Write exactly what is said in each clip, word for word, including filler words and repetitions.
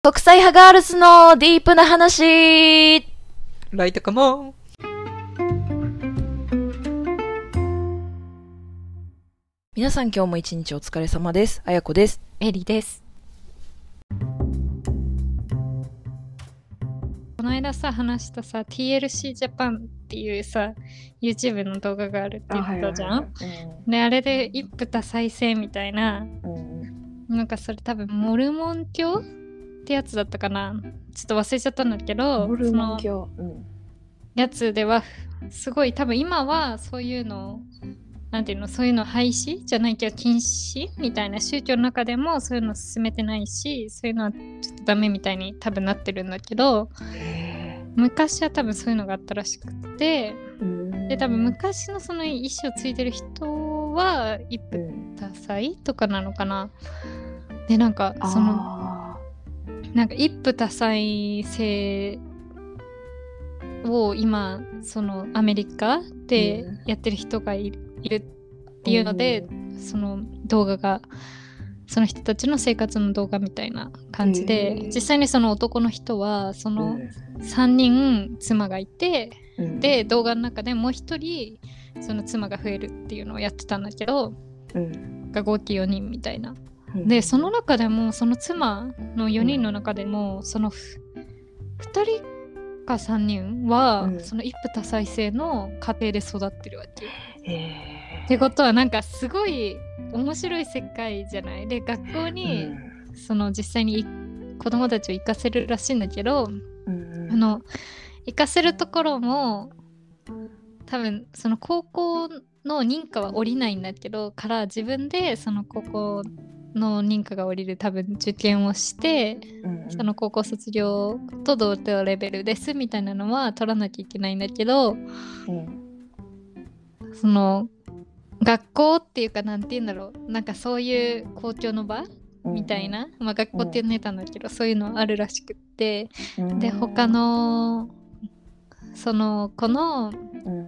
国際派ガールズのディープな話。 ライトカモン。 皆さん今日も一日お疲れ様です。あやこです。 エリです。この間さ話したさ ティーエルシー ジャパンっていうさ YouTube の動画があるって言ったじゃん。あ、はいはいはい、うん、であれで一夫多妻制みたいな、うん、なんかそれ多分モルモン教ってやつだったかな、ちょっと忘れちゃったんだけど、 モルモン教、うん、 やつではすごい多分今はそういうのなんていうのそういうの廃止じゃないけど禁止みたいな、宗教の中でもそういうの進めてないし、そういうのはちょっとダメみたいに多分なってるんだけど、昔は多分そういうのがあったらしくて、で多分昔のその意思を継いでる人は一夫多妻とかなのかな。でなんかそのなんか一夫多妻制を今そのアメリカでやってる人がいる、いるっていうので、その動画がその人たちの生活の動画みたいな感じで、実際にその男の人はそのさんにん妻がいて、で動画の中でもう一人その妻が増えるっていうのをやってたんだけど、が合計よにんみたいな。でその中でもその妻のよにんの中でもそのふたりかさんにんは、うん、その一夫多妻制の家庭で育ってるわけ、えー、ってことはなんかすごい面白い世界じゃない。で学校に、うん、その実際に子供たちを行かせるらしいんだけど、うん、あの行かせるところも多分その高校の認可は下りないんだけどから自分でその高校の認可が下りる多分受験をして、うんうん、その高校卒業と同等レベルですみたいなのは取らなきゃいけないんだけど、うん、その学校っていうかなんて言うんだろう、なんかそういう公共の場みたいな、うんうん、まあ学校って呼んでたんだけど、うん、そういうのあるらしくって、うん、で他のその子の、うん、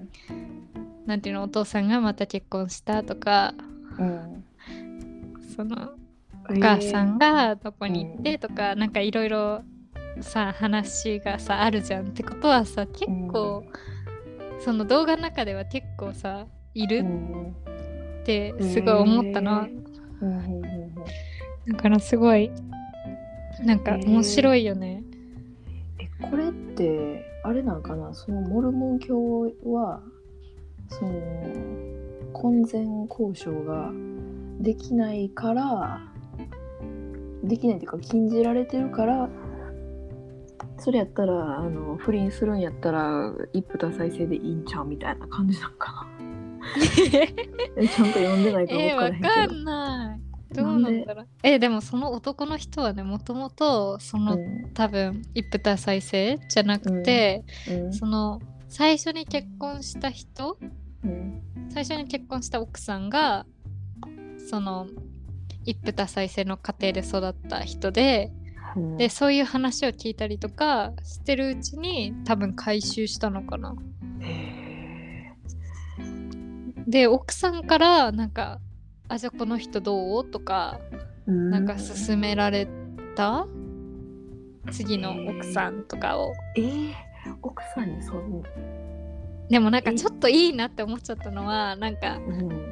なんていうのお父さんがまた結婚したとか、うんそのお母さんがどこに行ってとか、えー、なんかいろいろさ話がさあるじゃん。ってことはさ結構、うん、その動画の中では結構さいるってすごい思ったの、えー、だからすごいなんか面白いよね、 えー、えこれってあれなんかな、そのモルモン教はその婚前交渉ができないからできないっていうか禁じられてるから、それやったらあの不倫するんやったら一夫多妻制でいいんちゃうみたいな感じなんかなえちゃんと読んでないから分からへんけど、 えー、分かんないどうなんだろう。えー、でもその男の人はねもともとその、うん、多分一夫多妻制じゃなくて、うんうん、その最初に結婚した人、うん、最初に結婚した奥さんがその一夫多妻制の家庭で育った人で、うん、でそういう話を聞いたりとかしてるうちに多分回収したのかな。へー。で奥さんからなんかあじゃあこの人どうとか、うん、なんか勧められた次の奥さんとかを、 えー、奥さんにそう。 でもなんかちょっといいなって思っちゃったのはなんか、うん、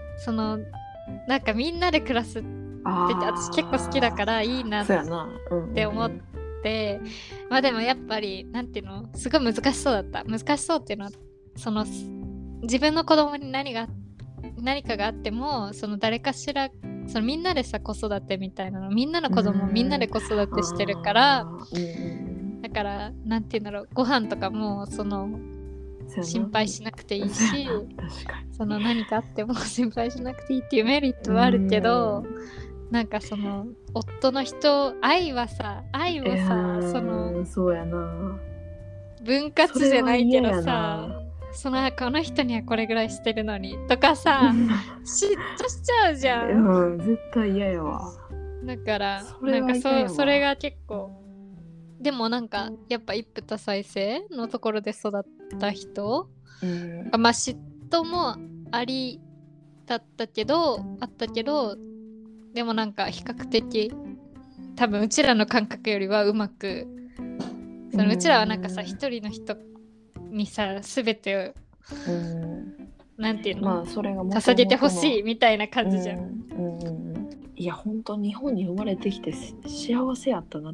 そのなんかみんなで暮らすって私結構好きだからいいなって思って、うんうん、まあでもやっぱりなんていうのすごい難しそうだった。難しそうっていうのはその自分の子供に何が何かがあってもその誰かしらそのみんなでさ子育てみたいなのみんなの子供みんなで子育てしてるから、うん、だからなんていうんだろうご飯とかもその心配しなくていいしその何かあっても心配しなくていいっていうメリットはあるけど、なんかその夫の人愛はさ愛をさ、 えー、 そのそうやな分割じゃないけどさそのこの人にはこれぐらいしてるのにとかさ嫉妬しちゃうじゃん、 うん、絶対嫌やわ。 だからなんか そ, それが結構でもなんかやっぱ一夫多妻制のところで育った人、うん、まあ嫉妬もありだったけどあったけどでもなんか比較的多分うちらの感覚よりはうまく、そのうちらはなんかさ、一人の人にさ全てを、うん、なんていうの、 まあそれが元々の捧げてほしいみたいな感じじゃん。 うんうんうん、いや本当日本に生まれてきて幸せやったなって、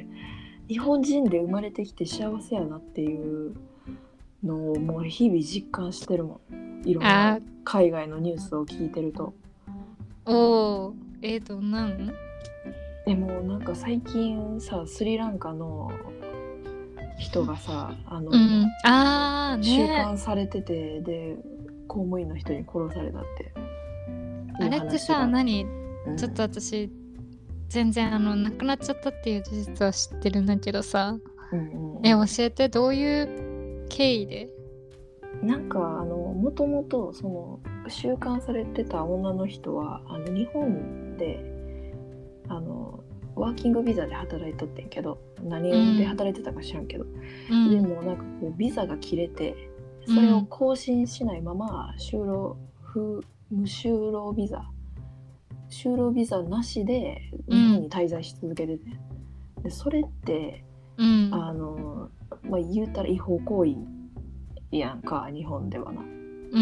日本人で生まれてきて幸せやなっていうのをもう日々実感してるもん。いろんな海外のニュースを聞いてると。 おー、えー、どんなんでもなんか最近さ、スリランカの人がさ、あの、うん、あーね、収監されてて、で公務員の人に殺されたって。 あれってさ、何、うん、ちょっと私全然あの亡くなっちゃったっていう事実は知ってるんだけどさ、うんうんうん、え教えて、どういう経緯で？ なんかあのもともとその収監されてた女の人はあの日本であのワーキングビザで働いとってんけど、何で働いてたか知らんけど、うん、でもなんかこうビザが切れて、それを更新しないまま就労不無就労ビザ就労ビザなしで日本に滞在し続けてて、うん、でそれって、うん、あのまあ言うたら違法行為やんか、日本ではな、うんうんうん、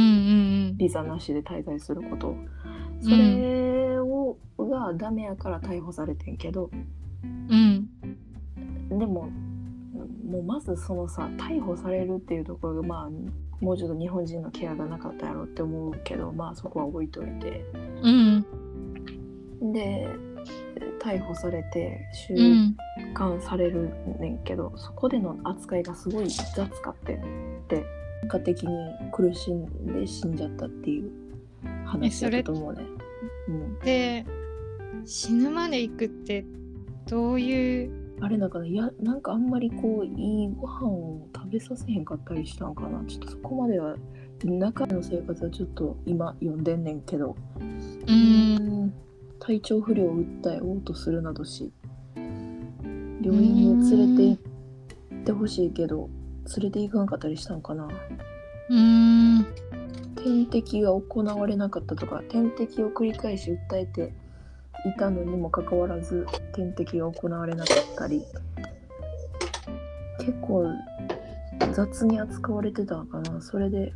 ビザなしで滞在すること、それを、うん、がダメやから逮捕されてんけど、うん、でももうまずそのさ、逮捕されるっていうところがまあもうちょっと日本人のケアがなかったやろって思うけど、まあそこは置いといて、うん、で逮捕されて収監されるねんけど、うん、そこでの扱いがすごい雑かってで結果的に苦しんで死んじゃったっていう話だと思うね。 うん、で死ぬまで行くってどういうあれだから、いやなんかあんまりこういいご飯を食べさせへんかったりしたんかな。ちょっとそこまでは中の生活はちょっと今読んでんねんけど、うーん体調不良を訴え嘔吐するなどし、病院に連れて行ってほしいけど連れて行かなかったりしたんかな。うーん点滴が行われなかったとか、点滴を繰り返し訴えていたのにもかかわらず点滴が行われなかったり、結構雑に扱われてたのかな。それで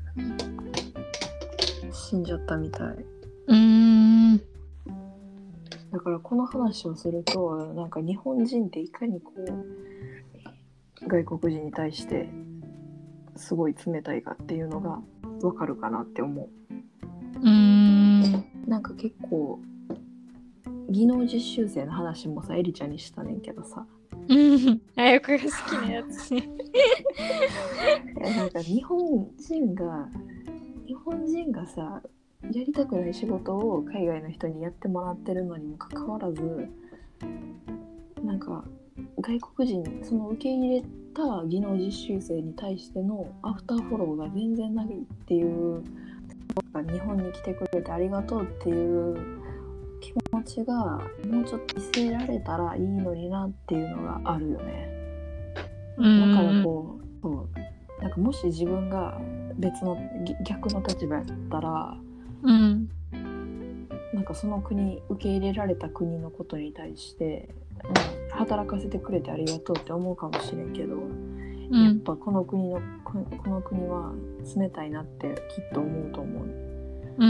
死んじゃったみたい。うーんだからこの話をすると、なんか日本人っていかにこう外国人に対してすごい冷たいかっていうのがわかるかなって思う。うーんなんか結構技能実習生の話もさ、エリちゃんにしたねんけどさ、 うんあやこが好きなやつねなんか日本人が日本人がさ、やりたくない仕事を海外の人にやってもらってるのにもかかわらず、なんか外国人、その受け入れた技能実習生に対してのアフターフォローが全然ないっていう、日本に来てくれてありがとうっていう気持ちがもうちょっと見せられたらいいのになっていうのがあるよね。だからこう、そうなんかもし自分が別の逆の立場やったら、うん、なんかその国、受け入れられた国のことに対して、うん、働かせてくれてありがとうって思うかもしれんけど、うん、やっぱこの国のこの国は冷たいなってきっと思うと思う。うん。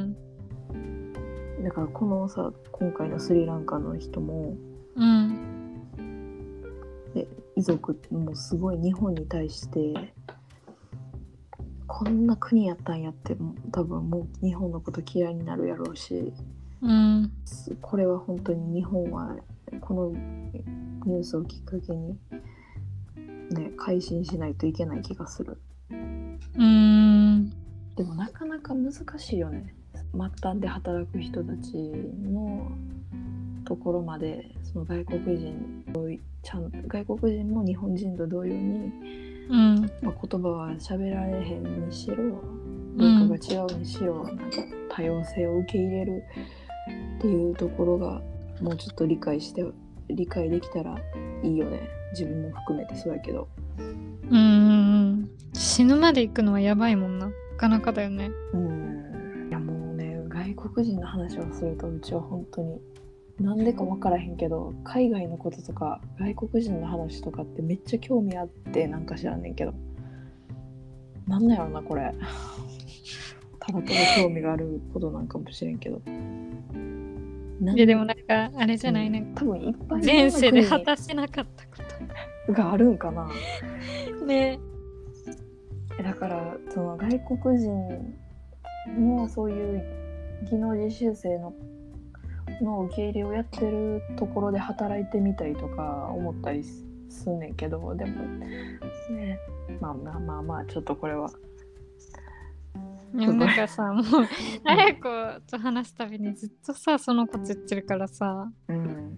だからこのさ、今回のスリランカの人も、うん、で遺族もすごい日本に対してこんな国やったんやって、多分もう日本のこと嫌いになるやろうし、うん、これは本当に日本はこのニュースをきっかけに、ね、改心しないといけない気がする。うーんでもなかなか難しいよね。末端で働く人たちのところまでその外国人ちゃん外国人も日本人と同様に、うんまあ、言葉は喋られへんにしろ文化が違うにしろ、うん、なんか多様性を受け入れるっていうところがもうちょっと理解して理解できたらいいよね。自分も含めてそうやけど、 うーん死ぬまで行くのはやばいもんな。なかなかだよね。 うんいやもうね、外国人の話をするとうちは本当になんでか分からへんけど海外のこととか外国人の話とかってめっちゃ興味あってなんか知らんねんけどなんなんやろなこれただただ興味があることなんかもしれんけどいやでもなんかあれじゃない、なんか多分いっぱい前世で果たせなかったこがあるんかなとね。 だからその外国人のそういう技能実習生のの受け入れをやってるところで働いてみたいとか思ったりすんねんけど、でもねまあまあまあまあちょっとこれはいやなんかさもうあや子と話すたびにずっとさそのこと言ってるからさ、 うん、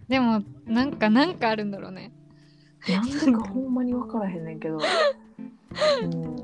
でもなんかなんかあるんだろうね。 なんでかほんまに分からへんねんけど、うん、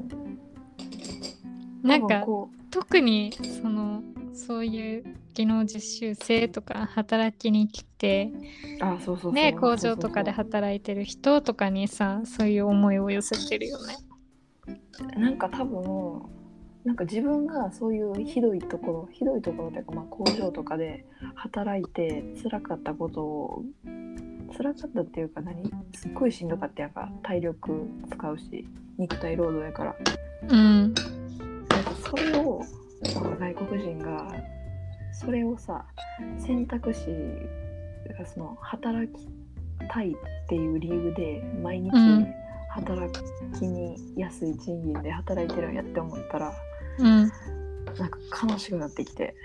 なんかこう特にそのそういう技能実習生とか働きに来てあそうそうそうね工場とかで働いてる人とかにさそういう思いを寄せてるよね。 なんか多分なんか自分がそういうひどいところひどいところというか、まあ、工場とかで働いて辛かったことを辛かったっていうか何すっごいしんどかったやんか、体力使うし肉体労働やから、 うん、 なんかそれを外国人がそれをさ選択肢がその働きたいっていう理由で毎日働きに安い賃金で働いてるんやって思ったら、 うん、 なんか悲しくなってきて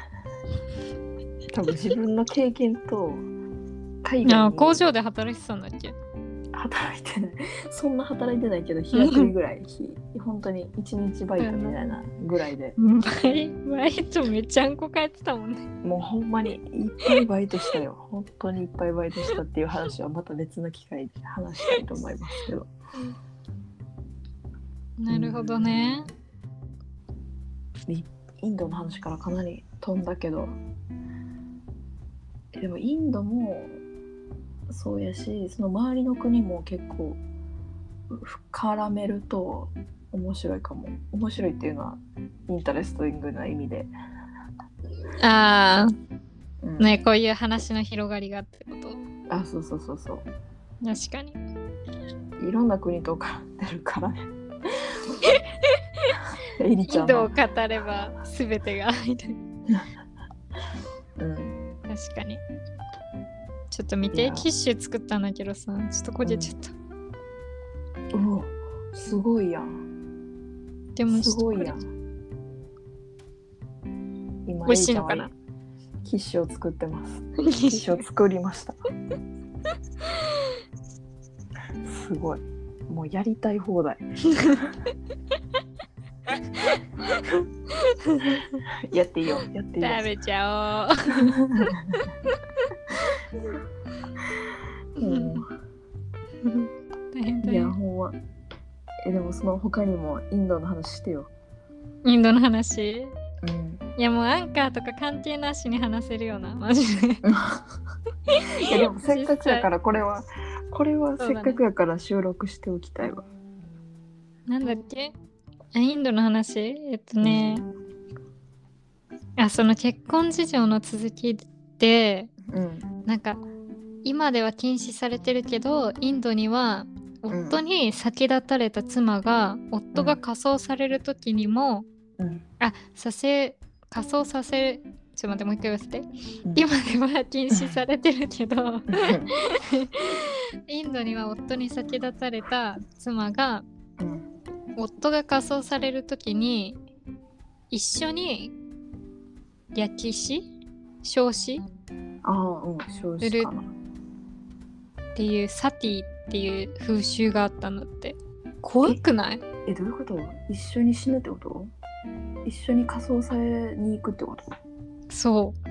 多分自分の経験と海外に工場で働いてたんだっけ。 働いてないそんな働いてないけど日雇いぐらい本当に一日バイトみたいなぐらいでバイ、バイトめちゃんこ帰ってたもんね。 もうほんまにいっぱいバイトしたよ本当にいっぱいバイトしたっていう話はまた別の機会で話したいと思いますけどなるほどね、 うん、インドの話からかなり飛んだけどでもインドもそうやしその周りの国も結構絡めると面白いかも。面白いっていうのはインタレストィングな意味でああ、 うん、 ねこういう話の広がりがってこと。 あそうそうそうそう確かにいろんな国と絡んでるからねエリちインドをゃんの語れば全てがみたいなうん確かにちょっと見てキッシュ作ったんだけどさちょっと焦げちゃった、 うん、うわすごいやんでもすごいやん今美味しいのかな。 キッシュを作ってますキッシュを作りましたすごいもうやりたい放題やっていいよやっていいよ食べちゃおう、うん、大変だよ。 いやほんまえでもその他にもインドの話してよ。 インドの話、 うん、 いやもうアンカーとか関係なしに話せるようなマジでいやでもせっかくやからこれはこれはせっかくやから収録しておきたいわ、ね、 なんだっけインドの話えっとね、うん、あその結婚事情の続きで、うん、なんか今では禁止されてるけどインドには夫に先立たれた妻が、うん、夫が火葬される時にも、うん、あさせ火葬させちょっと待ってもう一回言わせて、うん、今では禁止されてるけど、うん、インドには夫に先立たれた妻が、うん、夫が火葬される時に一緒に焼き死焼死ああ、うん、焼死かなっていうサティっていう風習があったのって怖くない？ え、どういうこと？一緒に死ぬってこと？一緒に火葬されに行くってこと？ そう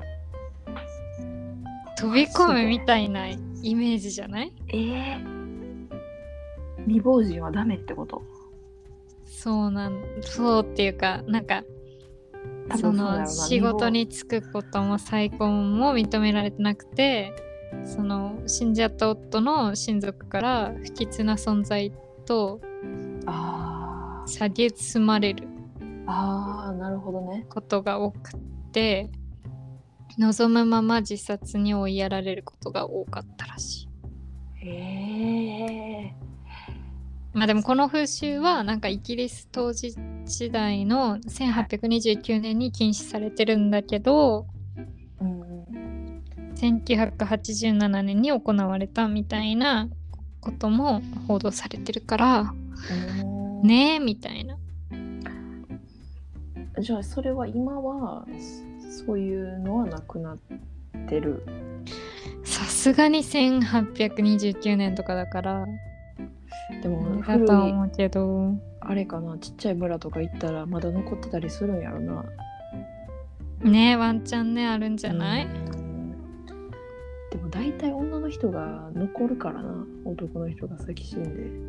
飛び込むみたいなイメージじゃない？ えー、未亡人はダメってこと？ そうなんそうっていうかなんかその仕事に就くことも再婚も認められてなくてその死んじゃった夫の親族から不吉な存在と蔑まれるああなるほどねことが多くて望むまま自殺に追いやられることが多かったらしい。 へえ。 まあでもこの風習はなんかイギリス統治時代のせんはっぴゃくにじゅうきゅうねんに禁止されてるんだけど、 うんうんせんきゅうひゃくはちじゅうななねんに行われたみたいなことも報道されてるからうん。 ねえみたいな。 じゃあそれは今はそういうのはなくなってる。 さすがにせんはっぴゃくにじゅうきゅうねんとかだからでもだ古いとは思うけど、 あれかな、ちっちゃい村とか行ったらまだ残ってたりするんやろな。 ねえワンチャンねあるんじゃない？ うんでも大体女の人が残るからな、男の人が先死んで。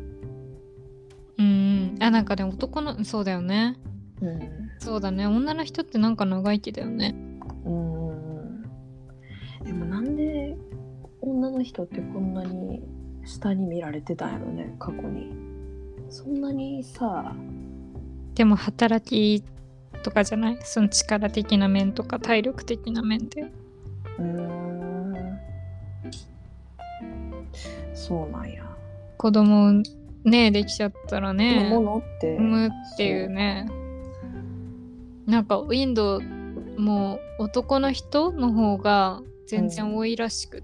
うんあなんかでも男のそうだよね。 うんそうだね女の人ってなんか長生きだよね。 うんでもなんで女の人ってこんなに下に見られてたんやろね、過去に。そんなにさ。 でも働きとかじゃない？その力的な面とか体力的な面で。 うーんそうなんや。 子供ねできちゃったらねものって産むっていうね。なんかインドも男の人の方が全然多いらしくって、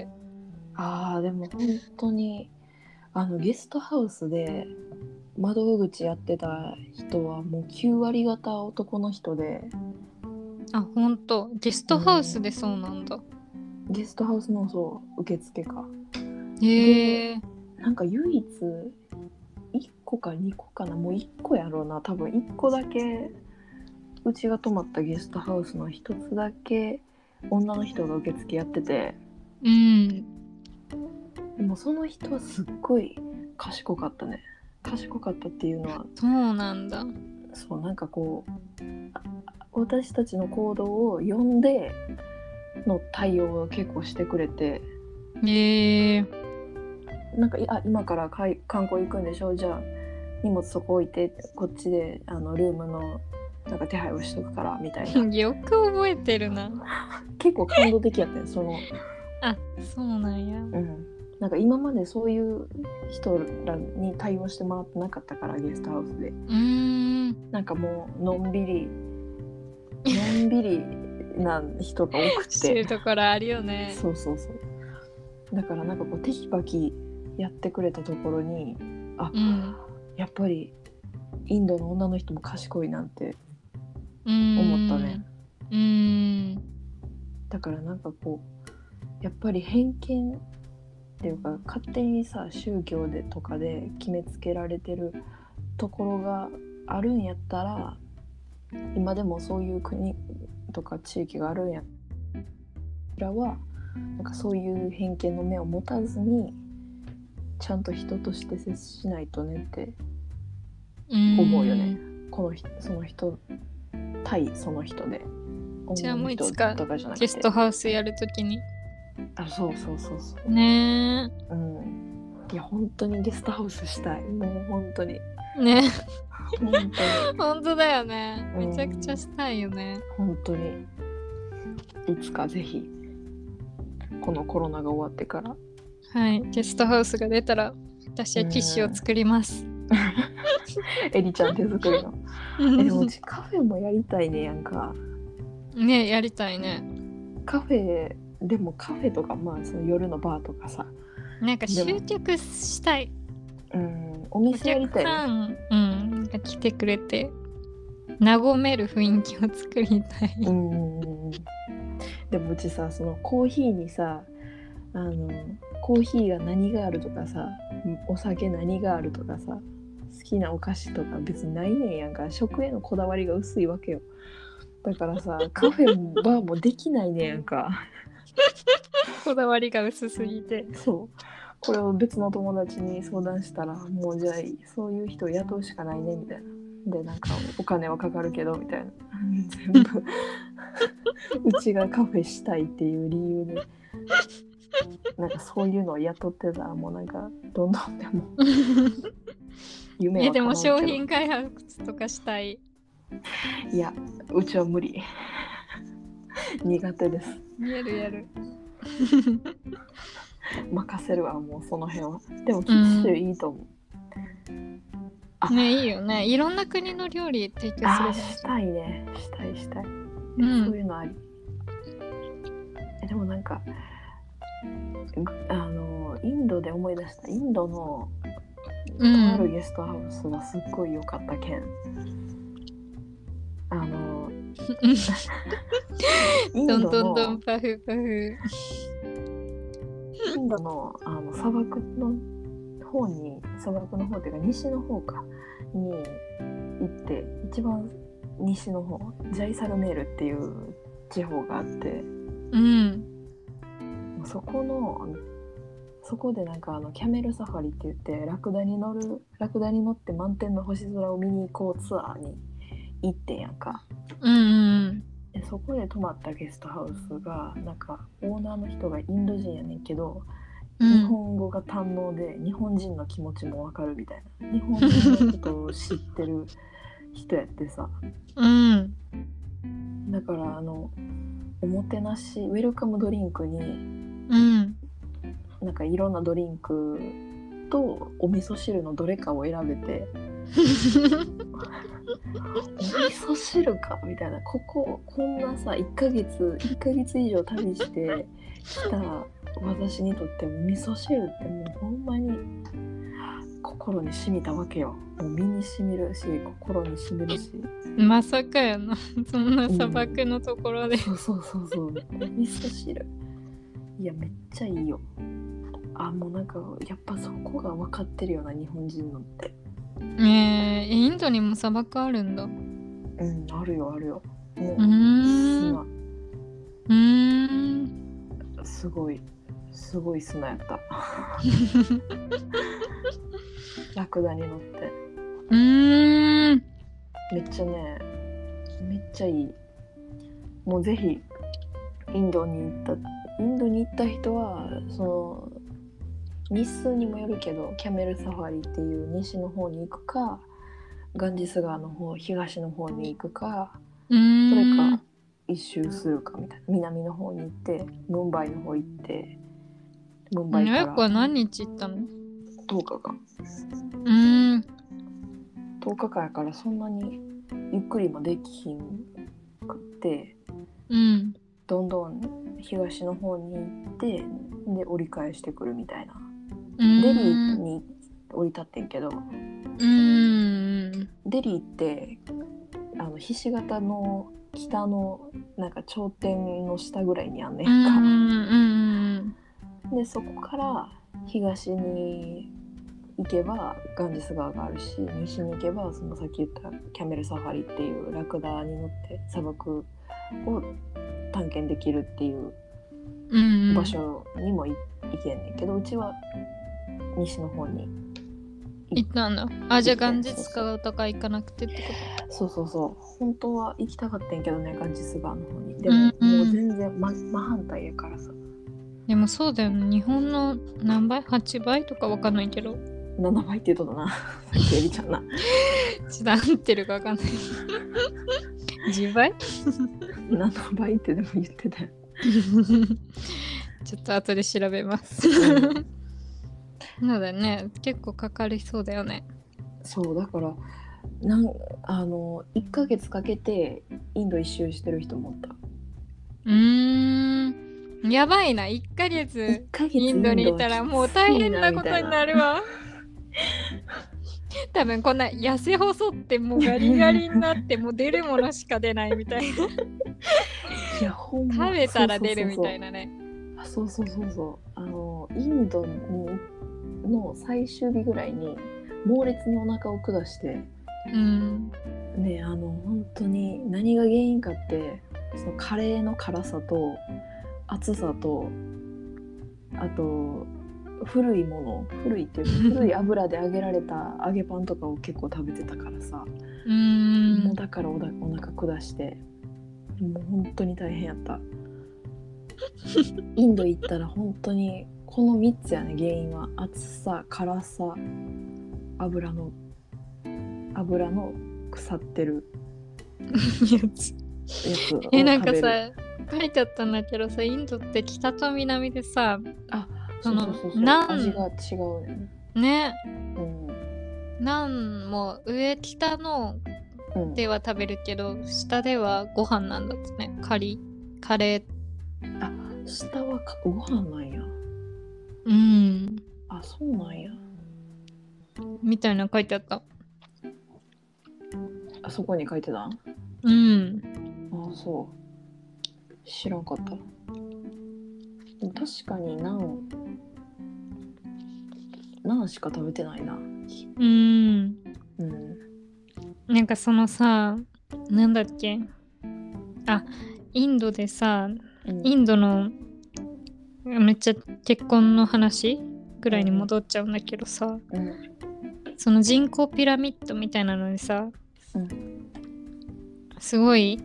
うん、あーでも本当にあのゲストハウスで窓口やってた人はもうきゅうわりがた男の人で。 あほんとゲストハウスでそうなんだ。 ゲストハウスのそう受付か。 へえ。 なんか唯一いっこかにこかな、もういっこやろうな、多分いっこだけうちが泊まったゲストハウスのひとつだけ女の人が受付やってて、 うんでもその人はすっごい賢かったね。賢かったっていうのはそうなんだ。 そうなんかこう私たちの行動を読んでの対応を結構してくれて、 へえ。 なんかあ今からかい観光行くんでしょ、じゃあ荷物そこ置いてこっちであのルームのなんか手配をしとくからみたいな。 よく覚えてるな。 結構感動的やったねその。 あそうなんや。 うんなんか今までそういう人らに対応してもらってなかったから、ゲストハウスで。 うーんなんかもうのんびりのんびりな人が多くしててるところあるよね。 そうそうそう。だからなんかこうテキパキやってくれたところに、あ、 うん、 やっぱりインドの女の人も賢いなんて思思ったね。 うーんだからなんかこうやっぱり偏見っていうか勝手にさ宗教でとかで決めつけられてるところがあるんやったら、今でもそういう国とか地域があるんやったらはなんかそういう偏見の目を持たずにちゃんと人として接しないとねって思うよね。この人その人対その人で。 じゃあもういつか女の人とかじゃなくてゲストハウスやるときにあそうそうそうそうねうんいや本当にゲストハウスしたい。もう本当にえね本当に本当だよね。 うんめちゃくちゃしたいよね。 本当にいつかぜひこのコロナが終わってからはいゲストハウスが出たら私はティッシュを作ります。 エリちゃん手作りのえでもうちカフェもやりたいねやんか。 ねやりたいね。 カフェでもカフェとかまあその夜のバーとかさなんか集客したい。 うんお店やりたい、ね、 お客さん、うん、が来てくれて和める雰囲気を作りたい。 うんでもうちさそのコーヒーにさあのコーヒーが何があるとかさお酒何があるとかさ好きなお菓子とか別にないねんやんか。食へのこだわりが薄いわけよ。だからさカフェもバーもできないねんやんか。 こだわりが薄すぎて。 そうこれを別の友達に相談したらもうじゃあそういう人を雇うしかないねみたいな。でなんかお金はかかるけどみたいな全部うちがカフェしたいっていう理由でなんかそういうのを雇ってたらもうなんかどんどんでも夢は叶うけど。 えでも商品開発とかしたい。 いやうちは無理苦手です。 やるやる。 任せるわ、もうその辺は。でもキッシュいいと思う。あね、いいよね。いろんな国の料理提供するあー、 のしたいね。したいしたい。 うんそういうのあり。えでもなんか、ぐあの、インドで思い出した。インドのとあるゲストハウスがすっごい良かったけん。あの、インどドんどんどんの、 パフパフ。 インドの、あの砂漠の方に、砂漠の方っていうか西の方かに行って、一番西の方、ジャイサルメールっていう地方があって、 うん。 そこのそこでなんかあのキャメルサファリって言ってラクダに乗るラクダに乗って満天の星空を見に行こうツアーに行ってんやんか。 うんうんでそこで泊まったゲストハウスがなんかオーナーの人がインド人やねんけど、 うん。 日本語が堪能で日本人の気持ちもわかるみたいな、日本人のことを知ってる人やってさ、 うん。 だからあのおもてなしウェルカムドリンクにうん。 なんかいろんなドリンクとお味噌汁のどれかを選べてお味噌汁かみたいな、こここんなさいっかげついっかげつ以上旅してきた私にとっても味噌汁ってもうほんまに心に染みたわけよ。もう身に染みるし心に染みるし、 まさかやな。そんな砂漠のところで。 そうそうそうそう、味噌汁いやめっちゃいいよ。あ、もうなんかやっぱそこが分かってるよな日本人のって。 えー、インドにも砂漠あるんだ。ううん、あるよあるよ。もうーん。 砂うーん。 すごいすごい砂やったラクダに乗ってうーん。 めっちゃねめっちゃいい。もうぜひインドに行ったインドに行った人はその日数にもよるけどキャメルサファリっていう西の方に行くかガンジス川の方東の方に行くか、 うーん。 それか一周するかみたいな、南の方に行ってムンバイの方行ってムンバイかよくはら何日行ったの？ とおかかんうーん。 とおかかんやからそんなにゆっくりもできひんくってうん。 どんどん東の方に行ってで折り返してくるみたいな。 うーん。 デリーに降り立ってんけど、 うーん。 デリーってあのひし形の北のなんか頂点の下ぐらいにあんねんうーん。うか、 ーん。 でそこから東に行けばガンジス川があるし、西に行けばそのさっき言ったキャメルサファリっていうラクダに乗って砂漠を探検できるっていううん。 場所にも行けんねんけど、うちは西の方に行ったんだ。あ、じゃあガンジス川とか行かなくてってこそうそうそう本当は行きたかったんやけどねガンジス川の方に。でも、 うんうんもう全然真、真反対やからさ。 と？でもそうだよね。日本の何倍 ?はち 倍とかわかんないけど。 ななばいって言うとだなさっきエリちゃんなちょっと合ってるかわかんない。じゅうばいななばいってでも言ってたよちょっと後で調べます。 うんそうだね。結構かかりそうだよね。 そうだからなんあのいっかげつかけてインド一周してる人もおった。 うーん。やばいな。いっかげついっかげつインドにいたらもう大変なことになるわ。多分こんな痩せ細ってもうガリガリになってもう出るものしか出ないみたいな。 いやほんま食べたら出るみたいなね。 そうそうそうそうあのインドにの最終日ぐらいに猛烈にお腹を下してうん。 ね、あの本当に何が原因かってそのカレーの辛さと熱さとあと古いもの古いっていうか古い油で揚げられた揚げパンとかを結構食べてたからさ、 うーん。 もうだからおだお腹下してもう本当に大変やったインド行ったら本当にこのみっつやね原因は。熱さ辛さ油の油の腐ってるやつ。 つを食べる。 えなんかさ書いてあったんだけどさ、インドって北と南でさ、 あ、 そのそうそうそうそう、 ナン味が違うね。 ね、 うんナンも上北のうん、 では食べるけど、下ではご飯なんだってね。カリカレー。 あ、下はかご飯なんや。 うん。 あ、そうなんや。 みたいなの書いてあった。 あそこに書いてたん？ うん。 あ、そう。知らんかった。でも確かにナン、ナンしか食べてないな。 うん。 うん。 なんかそのさ、なんだっけ。あ、インドでさ、 うんインドのめっちゃ結婚の話ぐらいに戻っちゃうんだけどさ、 うんその人口ピラミッドみたいなのにさ、 うんすごい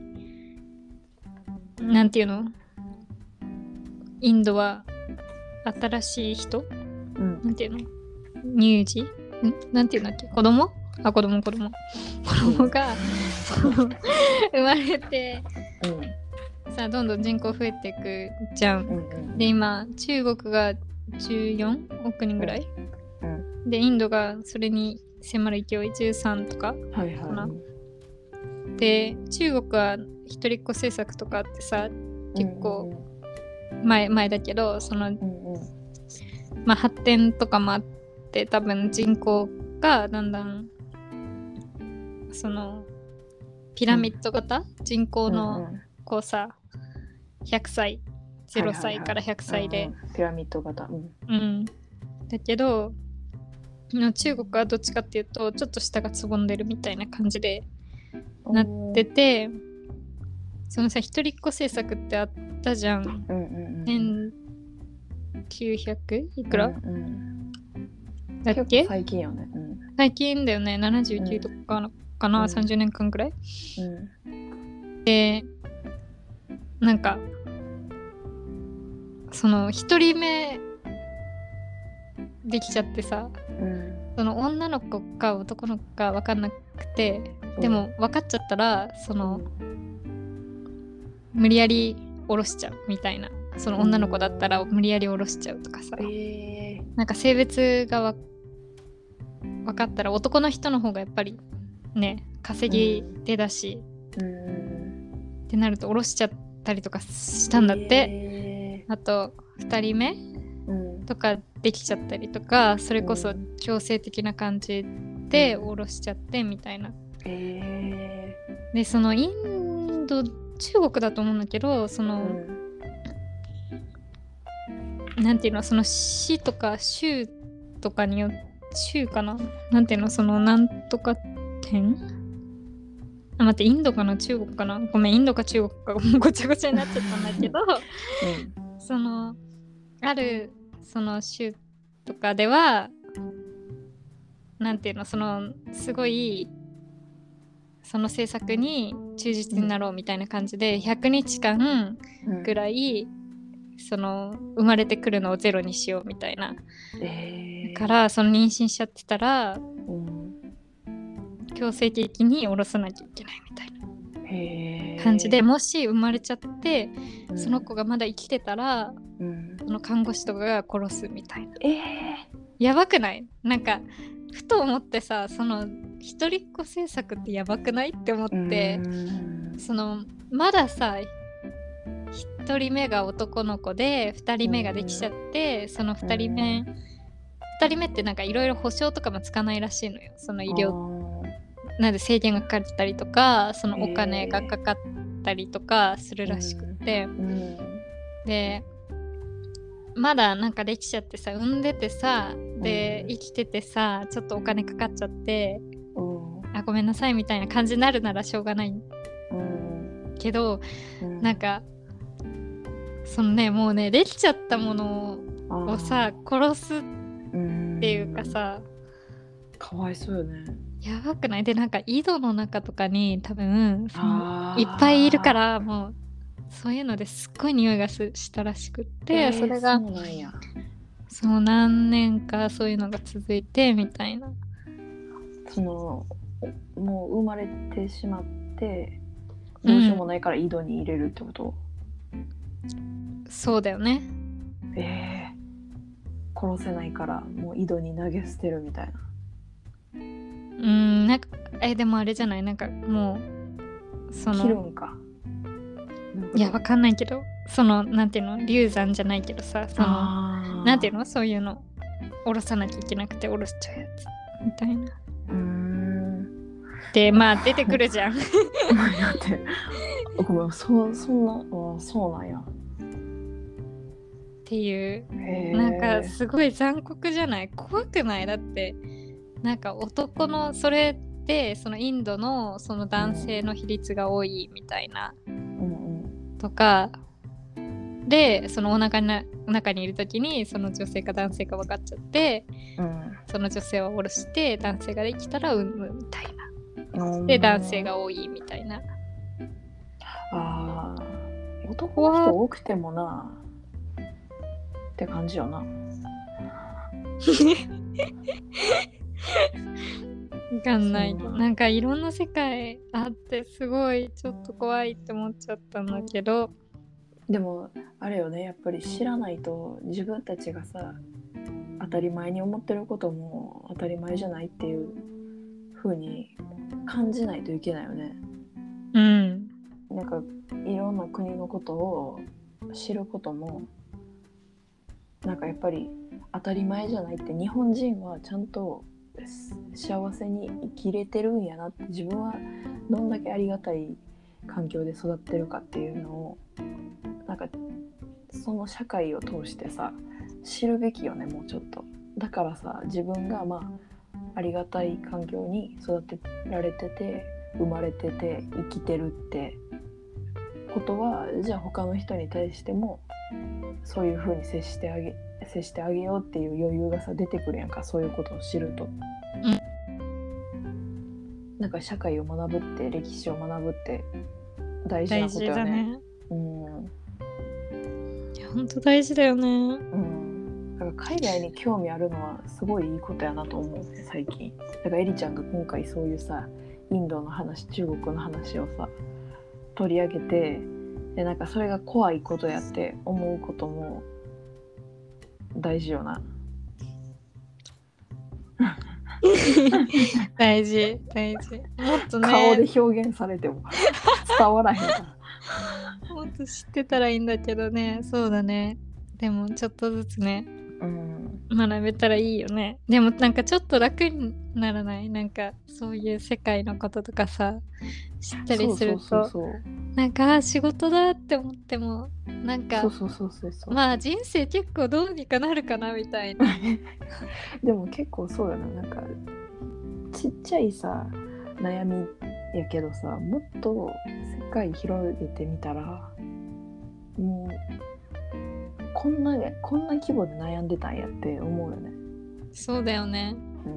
なんていうの、インドは新しい人、 うんなんていうの、乳児んなんていうんだっけ、子供あ子供子供子供が生まれてさあどんどん人口増えていくじゃん。 うんうんで今中国がじゅうよんおく人ぐらい、 うんでインドがそれに迫る勢いじゅうさんとかはいかな。 はいで中国は一人っ子政策とかってさ結構前前だけど、そのうんうんまあ発展とかもあって多分人口がだんだんそのピラミッド型、人口のこうさひゃくさいゼロさいからひゃくさいで、 うんうんピラミッド型、うんうんだけどの中国はどっちかっていうとちょっと下がつぼんでるみたいな感じでなってて、そのさ一人っ子政策ってあったじゃん。 うんうんうんせんきゅうひゃくいくら、 うんうんだっけ、 結構最近よね、うん最近だよね。ななじゅうきゅうとかのかな、 うんさんじゅうねんかんくらいうんで、なんかその一人目できちゃってさ、 うんその女の子か男の子か分かんなくて、でも分かっちゃったらその無理やり下ろしちゃうみたいな、その女の子だったら無理やり下ろしちゃうとかさ、 えなんか性別がわ分かったら男の人の方がやっぱりね稼ぎ手だし、 ーうんってなると下ろしちゃったりとかしたんだって、 えあとふたりめーうんとかできちゃったりとか、それこそ強制的な感じで下ろしちゃってみたいな。 えでそのインド中国だと思うんだけど、そーの、 うんなんていうの、その市とか州とかによって州かな、なんていうの、そのなんとか点、あ待って、インドかな中国かな、ごめんインドか中国かもうごちゃごちゃになっちゃったんだけどそのあるその州とかではなんていうの、そのすごいその政策に忠実になろうみたいな感じでひゃくにちかんうんぐらいその生まれてくるのをゼロにしようみたいな、 えーからその妊娠しちゃってたらうん強制的に下ろさなきゃいけないみたいへーな感じで、もし生まれちゃってうんその子がまだ生きてたらうんその看護師とかが殺すみたいな。 えーやばくない？なんかふと思ってさ、その一人っ子政策ってやばくないって思って、 うんそのまださひとりめが男の子でふたりめができちゃって、そのふたりめ、ふたりめってなんかいろいろ保証とかもつかないらしいのよ。その医療なんで制限がかかったりとか、そのお金がかかったりとかするらしくって、 うんでまだなんかできちゃってさ、産んでてさ、で、 うん生きててさ、ちょっとお金かかっちゃって、 うんあごめんなさいみたいな感じになるならしょうがないうんけど、 うんなんかそのねもうねできちゃったものをさ殺すっていうかさ、 かわいそうよね。 やばくない？でなんか井戸の中とかに多分そのあーいっぱいいるからもうそういうのですっごい匂いがすしたらしくって、 えーそれがそうなんや。 その何年かそういうのが続いてみたいな。 そのもう生まれてしまってどうしようもないから井戸に入れるってこと、 うん、そうだよね。 えー、殺せないからもう井戸に投げ捨てるみたいな。 うーん、なんかえでもあれじゃない、なんかもうその切るんか。 いやわかんないけど、そのなんていうの、流産じゃないけどさ、そのなんていうの、そういうの下ろさなきゃいけなくて下ろしちゃうやつみたいな。 うーんでまあ出てくるじゃん。 だってごめん、そそんなあそうなんやっていうへーなんかすごい残酷じゃない？怖くない？だってなんか男のそれってそのインドのその男性の比率が多いみたいな、 うんうん、 とかで、そのお腹にな中にいる時にその女性か男性か分かっちゃって、 うん、 その女性を下ろして男性ができたら産むみたいな、 うん、 で男性が多いみたいな。 あー男の人多くてもなって感じよな。わかんない。 そうなんかいろんな世界あってすごいちょっと怖いって思っちゃったんだけど、 でもあれよね、やっぱり知らないと自分たちがさ当たり前に思ってることも当たり前じゃないっていう風に感じないといけないよね。 うん、 なんかいろんな国のことを知ることもなんかやっぱり当たり前じゃないって、日本人はちゃんと幸せに生きれてるんやなって、自分はどんだけありがたい環境で育ってるかっていうのをなんかその社会を通してさ知るべきよね、もうちょっと。だからさ、自分がまあありがたい環境に育てられてて生まれてて生きてるってことは、じゃあ他の人に対してもそういう風に接してあげ接してあげようっていう余裕がさ出てくるやんか、そういうことを知ると、 うん、 なんか社会を学ぶって歴史を学ぶって大事なことよね。 大事だね。 うん、 いや本当大事だよね。 うん、だから海外に興味あるのはすごいいいことやなと思うね最近。だからエリちゃんが今回そういうさインドの話、中国の話をさ取り上げて、でなんかそれが怖いことやって思うことも大事よな。 大事大事。もっとね顔で表現されても伝わらへんからもっと知ってたらいいんだけどね。そうだね。でもちょっとずつね、 うん、 学べたらいいよね。でもなんかちょっと楽にならない？なんかそういう世界のこととかさ知ったりすると、 そうそうそうそう、 なんか仕事だって思ってもなんかそうそうそうそうそう、 まあ人生結構どうにかなるかなみたいな。 でも結構そうよな、なんかちっちゃいさ悩みやけどさ、もっと世界広げてみたらもうこんなこんな規模で悩んでたんやって思うよね。 そうだよね。 うん、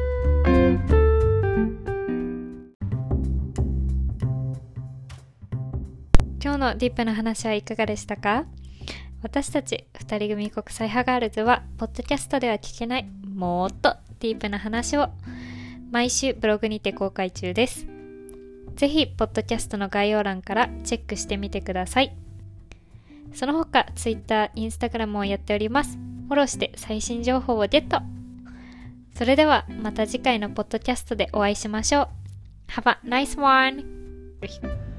今日のディープな話はいかがでしたか？私たち二人組国際派ガールズはポッドキャストでは聞けないもっとディープな話を毎週ブログにて公開中です。ぜひポッドキャストの概要欄からチェックしてみてください。その他 Twitter、Instagram をやっております。フォローして最新情報をゲット。それではまた次回のポッドキャストでお会いしましょう。Have a nice one!